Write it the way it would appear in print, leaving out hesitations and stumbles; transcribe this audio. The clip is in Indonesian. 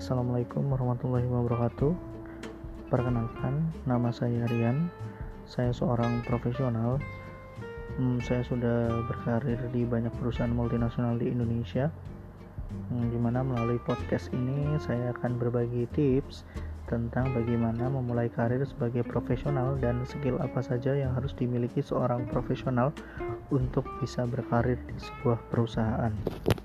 Assalamualaikum warahmatullahi wabarakatuh. Perkenalkan, nama saya Rian. Saya seorang profesional. Saya sudah berkarir di banyak perusahaan multinasional di Indonesia. Di mana melalui podcast ini saya akan berbagi tips tentang bagaimana memulai karir sebagai profesional dan skill apa saja yang harus dimiliki seorang profesional untuk bisa berkarir di sebuah perusahaan.